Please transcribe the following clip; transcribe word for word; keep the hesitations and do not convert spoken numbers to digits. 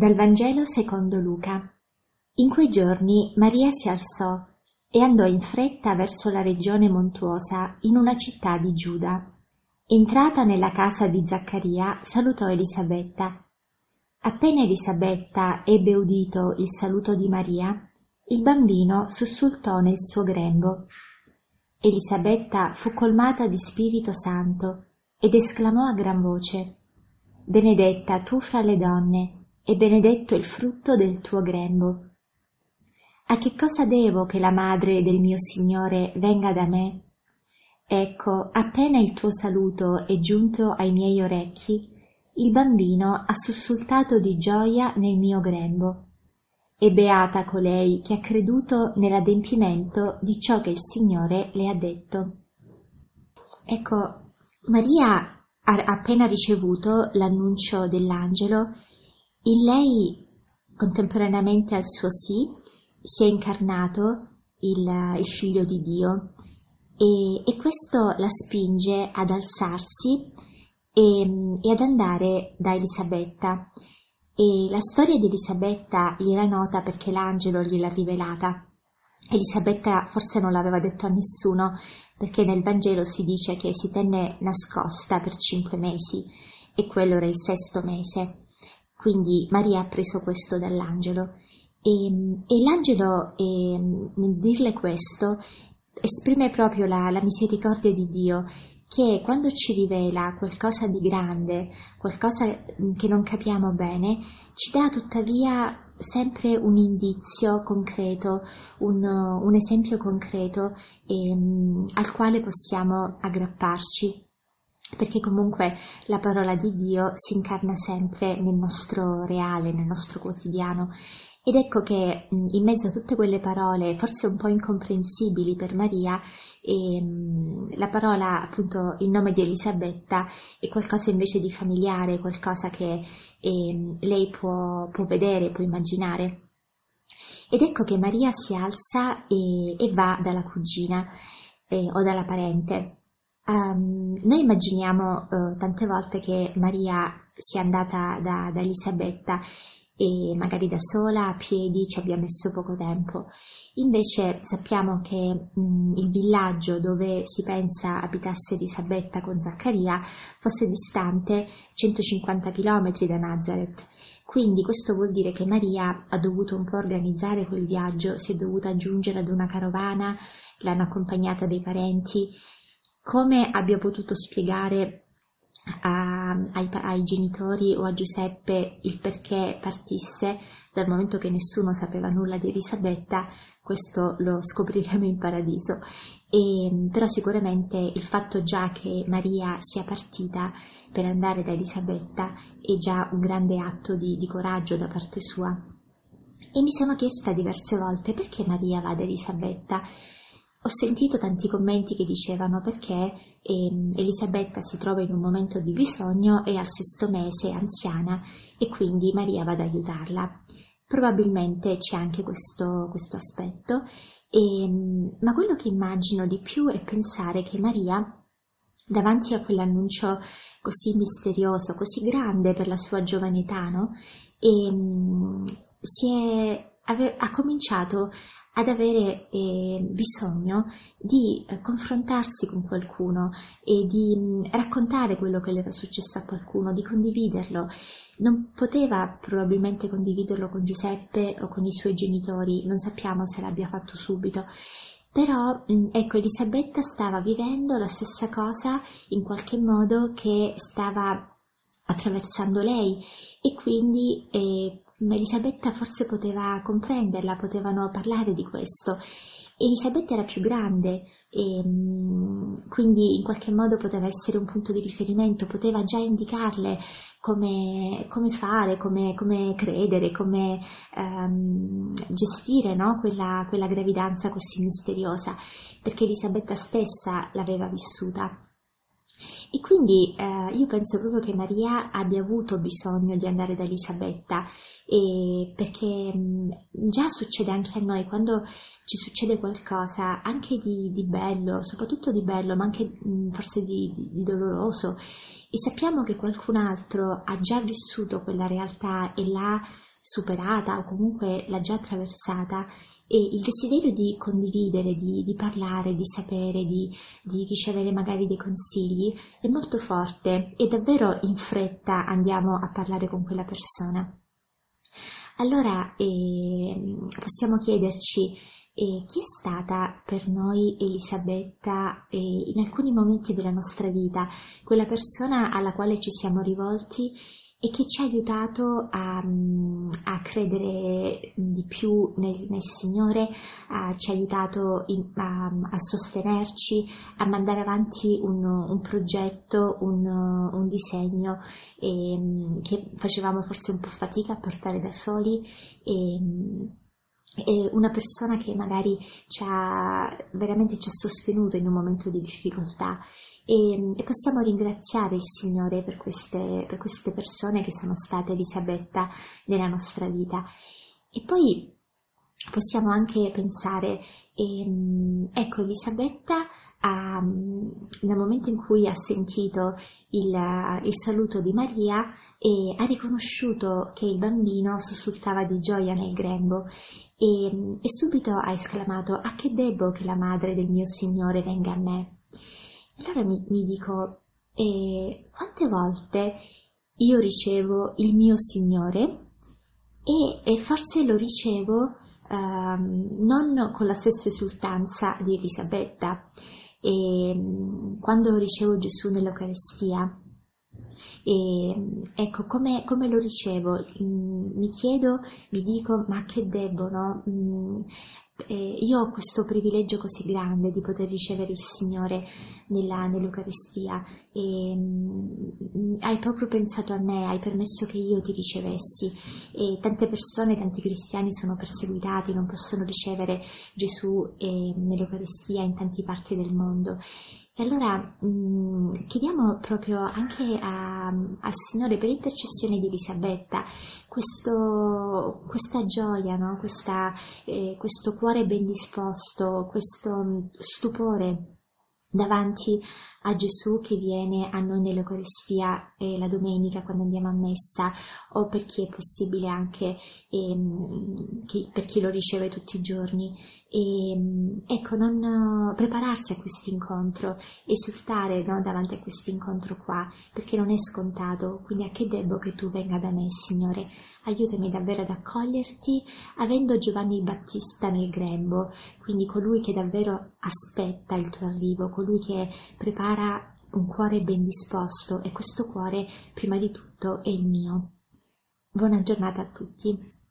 Dal Vangelo secondo Luca. In quei giorni Maria si alzò e andò in fretta verso la regione montuosa in una città di Giuda. Entrata nella casa di Zaccaria, salutò Elisabetta. Appena Elisabetta ebbe udito il saluto di Maria, il bambino sussultò nel suo grembo. Elisabetta fu colmata di Spirito Santo ed esclamò a gran voce: «Benedetta tu fra le donne, e benedetto il frutto del tuo grembo. A che cosa devo che la madre del mio Signore venga da me? Ecco, appena il tuo saluto è giunto ai miei orecchi, il bambino ha sussultato di gioia nel mio grembo. E beata colei che ha creduto nell'adempimento di ciò che il Signore le ha detto». Ecco, Maria ha appena ricevuto l'annuncio dell'angelo. In lei, contemporaneamente al suo sì, si è incarnato il, il Figlio di Dio e, e questo la spinge ad alzarsi e, e ad andare da Elisabetta. E la storia di Elisabetta gli era nota perché l'angelo gliel'ha rivelata. Elisabetta forse non l'aveva detto a nessuno, perché nel Vangelo si dice che si tenne nascosta per cinque mesi e quello era il sesto mese. Quindi Maria ha preso questo dall'angelo e, e l'angelo, e, nel dirle questo, esprime proprio la, la misericordia di Dio, che quando ci rivela qualcosa di grande, qualcosa che non capiamo bene, ci dà tuttavia sempre un indizio concreto, un, un esempio concreto e, al quale possiamo aggrapparci. Perché comunque la parola di Dio si incarna sempre nel nostro reale, nel nostro quotidiano. Ed ecco che in mezzo a tutte quelle parole, forse un po' incomprensibili per Maria, e, la parola, appunto, il nome di Elisabetta è qualcosa invece di familiare, qualcosa che e, lei può, può vedere, può immaginare. Ed ecco che Maria si alza e, e va dalla cugina eh, o dalla parente. Um, noi immaginiamo uh, tante volte che Maria sia andata da, da Elisabetta e magari da sola, a piedi, ci abbia messo poco tempo. Invece sappiamo che um, il villaggio dove si pensa abitasse Elisabetta con Zaccaria fosse distante centocinquanta chilometri da Nazareth. Quindi questo vuol dire che Maria ha dovuto un po' organizzare quel viaggio, si è dovuta aggiungere ad una carovana, l'hanno accompagnata dei parenti. Come abbia potuto spiegare a, ai, ai genitori o a Giuseppe il perché partisse, dal momento che nessuno sapeva nulla di Elisabetta, questo lo scopriremo in paradiso. E, però sicuramente il fatto già che Maria sia partita per andare da Elisabetta è già un grande atto di, di coraggio da parte sua. E mi sono chiesta diverse volte perché Maria va da Elisabetta. Ho sentito tanti commenti che dicevano perché eh, Elisabetta si trova in un momento di bisogno, è al sesto mese, è anziana e quindi Maria va ad aiutarla. Probabilmente c'è anche questo, questo aspetto, e, ma quello che immagino di più è pensare che Maria, davanti a quell'annuncio così misterioso, così grande per la sua giovane età, no? e, si è, ave, ha cominciato ad avere eh, bisogno di eh, confrontarsi con qualcuno e di mh, raccontare quello che le era successo a qualcuno, di condividerlo. Non poteva probabilmente condividerlo con Giuseppe o con i suoi genitori, non sappiamo se l'abbia fatto subito, però mh, ecco, Elisabetta stava vivendo la stessa cosa in qualche modo che stava attraversando lei e quindi eh, Elisabetta forse poteva comprenderla, potevano parlare di questo. Elisabetta era più grande e quindi in qualche modo poteva essere un punto di riferimento, poteva già indicarle come, come fare, come, come credere, come um, gestire, no? quella, quella gravidanza così misteriosa, perché Elisabetta stessa l'aveva vissuta. E quindi eh, io penso proprio che Maria abbia avuto bisogno di andare da Elisabetta, e perché mh, già succede anche a noi quando ci succede qualcosa anche di, di bello, soprattutto di bello, ma anche mh, forse di, di, di doloroso, e sappiamo che qualcun altro ha già vissuto quella realtà e l'ha superata o comunque l'ha già attraversata, e il desiderio di condividere, di, di parlare, di sapere, di, di ricevere magari dei consigli è molto forte e davvero in fretta andiamo a parlare con quella persona. Allora eh, possiamo chiederci eh, chi è stata per noi Elisabetta eh, in alcuni momenti della nostra vita, quella persona alla quale ci siamo rivolti e che ci ha aiutato a, a credere di più nel, nel Signore, a, ci ha aiutato in, a, a sostenerci, a mandare avanti un, un progetto, un, un disegno e, che facevamo forse un po' fatica a portare da soli, e, e una persona che magari ci ha veramente ci ha sostenuto in un momento di difficoltà. E, e possiamo ringraziare il Signore per queste, per queste persone che sono state Elisabetta nella nostra vita. E poi possiamo anche pensare, ehm, ecco, Elisabetta ha, nel momento in cui ha sentito il, il saluto di Maria, e ha riconosciuto che il bambino sussultava di gioia nel grembo, e, e subito ha esclamato: «Ah, che debbo che la madre del mio Signore venga a me!» Allora mi, mi dico, eh, quante volte io ricevo il mio Signore e, e forse lo ricevo ehm, non con la stessa esultanza di Elisabetta. E, quando ricevo Gesù nell'Eucaristia, e, ecco, come, come lo ricevo? Mm, mi chiedo, mi dico, ma che debbo, no? Mm, eh, io ho questo privilegio così grande di poter ricevere il Signore nella, nell'Eucaristia, e mm, hai proprio pensato a me, hai permesso che io ti ricevessi, e tante persone, tanti cristiani sono perseguitati, non possono ricevere Gesù eh, nell'Eucaristia in tante parti del mondo. E allora mh, chiediamo proprio anche a, al Signore, per intercessione di Elisabetta, questo, questa gioia, no? Questa, eh, questo cuore ben disposto, questo stupore davanti a Gesù che viene a noi nell'Eucaristia eh, la domenica quando andiamo a messa, o per chi è possibile anche ehm, chi, per chi lo riceve tutti i giorni. E, ecco, non prepararsi a questo incontro, esultare, no, davanti a questo incontro qua, perché non è scontato. Quindi a che debbo che tu venga da me, Signore? Aiutami davvero ad accoglierti, avendo Giovanni Battista nel grembo, quindi colui che davvero aspetta il tuo arrivo, colui che prepara un cuore ben disposto, e questo cuore prima di tutto è il mio. Buona giornata a tutti.